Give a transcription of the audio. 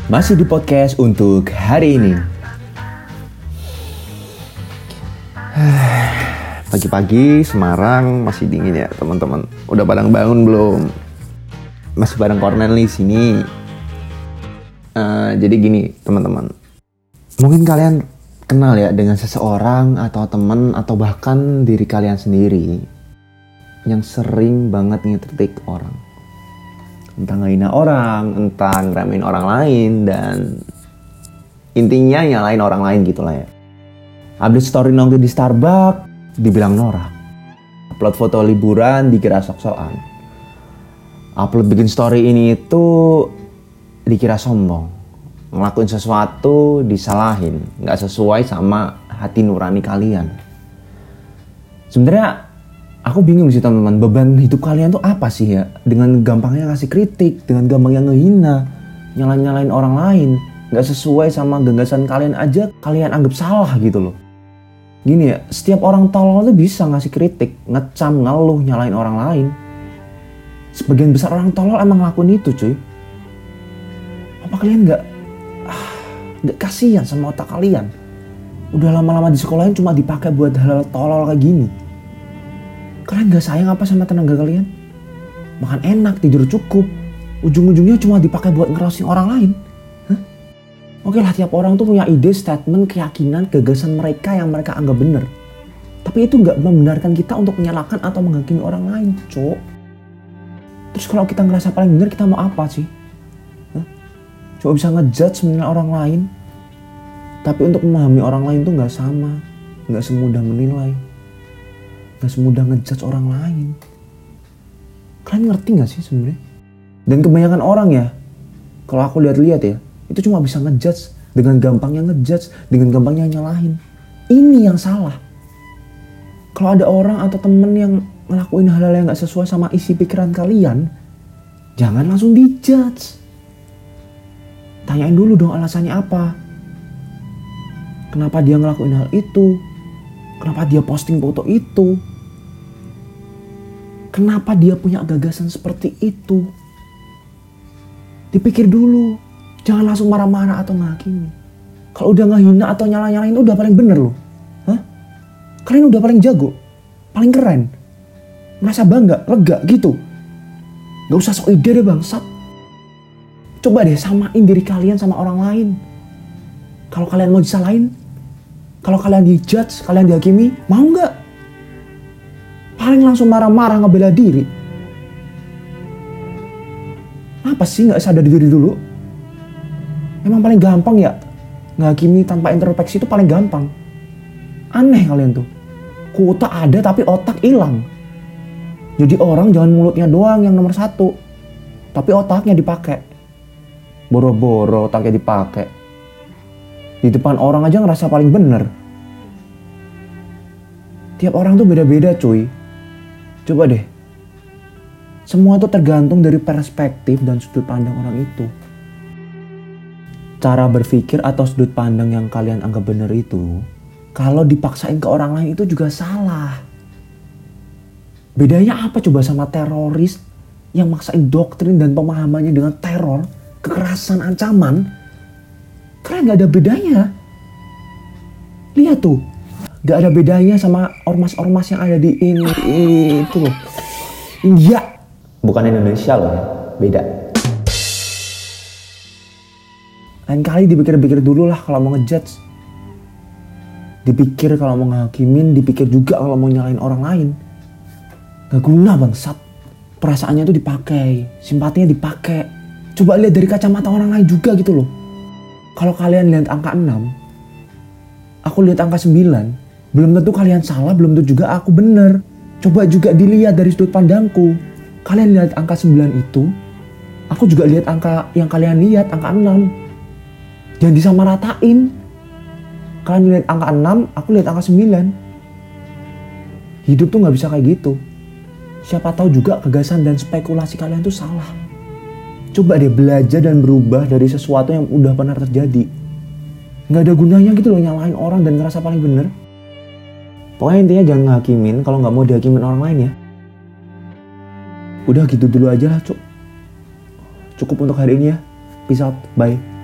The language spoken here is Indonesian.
Masih di podcast untuk hari ini. Pagi-pagi Semarang masih dingin ya teman-teman. Udah pada bangun belum? Masih bareng Cornel di sini. Jadi gini teman-teman. Mungkin kalian kenal ya dengan seseorang atau teman atau bahkan diri kalian sendiri yang sering banget nge-treat orang. Entah ngehina orang, entah ngeremehin orang lain, dan intinya nyalain orang lain gitu lah ya. Update story nongkrong di Starbucks, dibilang norak. Upload foto liburan, dikira sok-sokan. Upload bikin story ini itu dikira sombong. Ngelakuin sesuatu disalahin, gak sesuai sama hati nurani kalian. Sebenarnya aku bingung sih teman-teman, beban hidup kalian tuh apa sih ya? Dengan gampangnya ngasih kritik, dengan gampangnya ngehina, nyalain orang lain, gak sesuai sama gagasan kalian aja, kalian anggap salah gitu loh. Gini ya, setiap orang tolol tuh bisa ngasih kritik, ngecam, ngeluh, nyalain orang lain. Sebagian besar orang tolol emang ngelakuin itu cuy. Apa kalian gak kasihan sama otak kalian? Udah lama-lama di sekolahin cuma dipakai buat hal-hal tolol kayak gini. Kalian gak sayang apa sama tenaga kalian? Makan enak, tidur cukup. Ujung-ujungnya cuma dipakai buat ngerosting orang lain. Hah? Oke lah, tiap orang tuh punya ide, statement, keyakinan, gagasan mereka yang mereka anggap benar. Tapi itu gak membenarkan kita untuk menyalahkan atau menghakimi orang lain, cok. Terus kalau kita ngerasa paling benar, kita mau apa sih? Hah? Cuma bisa ngejudge menilai orang lain. Tapi untuk memahami orang lain tuh gak sama. Gak semudah menilai. Gak semudah ngejudge orang lain. Kalian ngerti gak sih sebenarnya? Dan kebanyakan orang ya, kalau aku lihat-lihat ya, itu cuma bisa ngejudge, dengan gampangnya ngejudge, dengan gampangnya nyalahin. Ini yang salah. Kalau ada orang atau temen yang ngelakuin hal-hal yang gak sesuai sama isi pikiran kalian, jangan langsung dijudge. Tanyain dulu dong alasannya apa. Kenapa dia ngelakuin hal itu? Kenapa dia posting foto itu? Kenapa dia punya gagasan seperti itu? Dipikir dulu. Jangan langsung marah-marah atau ngehakimi. Kalau udah ngehina atau nyala-nyalain itu udah paling bener loh. Hah? Kalian udah paling jago. Paling keren. Merasa bangga, lega gitu. Gak usah sok ide deh bangsat. Coba deh samain diri kalian sama orang lain. Kalau kalian mau disalahin, kalau kalian dijudge, kalian dihakimi, mau nggak? Paling langsung marah-marah ngebela diri. Apa sih nggak sadar diri dulu? Emang paling gampang ya ngehakimi tanpa introspeksi itu paling gampang. Aneh kalian tuh. Kuota ada tapi otak hilang. Jadi orang jangan mulutnya doang yang nomor satu, tapi otaknya dipakai. Boro-boro otaknya dipakai. Di depan orang aja ngerasa paling bener. Tiap orang tuh beda-beda cuy. Coba deh. Semua tuh tergantung dari perspektif dan sudut pandang orang itu. Cara berpikir atau sudut pandang yang kalian anggap bener itu, kalau dipaksain ke orang lain itu juga salah. Bedanya apa coba sama teroris yang maksain doktrin dan pemahamannya dengan teror, kekerasan, ancaman? Karena gak ada bedanya. Lihat tuh. Gak ada bedanya sama ormas-ormas yang ada di ini. Itu loh. India. Bukan Indonesia loh ya. Beda. Lain kali dipikir-pikir dulu lah kalau mau ngejudge. Dipikir kalau mau ngehakimin. Dipikir juga kalau mau nyalain orang lain. Gak guna bangsat. Perasaannya tuh dipakai. Simpatinya dipakai. Coba lihat dari kacamata orang lain juga gitu loh. Kalau kalian lihat angka 6, aku lihat angka 9, belum tentu kalian salah, belum tentu juga aku benar. Coba juga dilihat dari sudut pandangku. Kalian lihat angka 9 itu, aku juga lihat angka yang kalian lihat, angka 6. Jangan disamaratain. Kalian lihat angka 6, aku lihat angka 9. Hidup tuh gak bisa kayak gitu. Siapa tahu juga gagasan dan spekulasi kalian tuh salah. Coba deh belajar dan berubah dari sesuatu yang udah pernah terjadi. Gak ada gunanya gitu loh nyalahin orang dan ngerasa paling bener. Pokoknya intinya jangan ngehakimin kalau gak mau dihakimin orang lain ya. Udah gitu dulu aja lah, Cuk. Cukup untuk hari ini ya. Peace out, bye.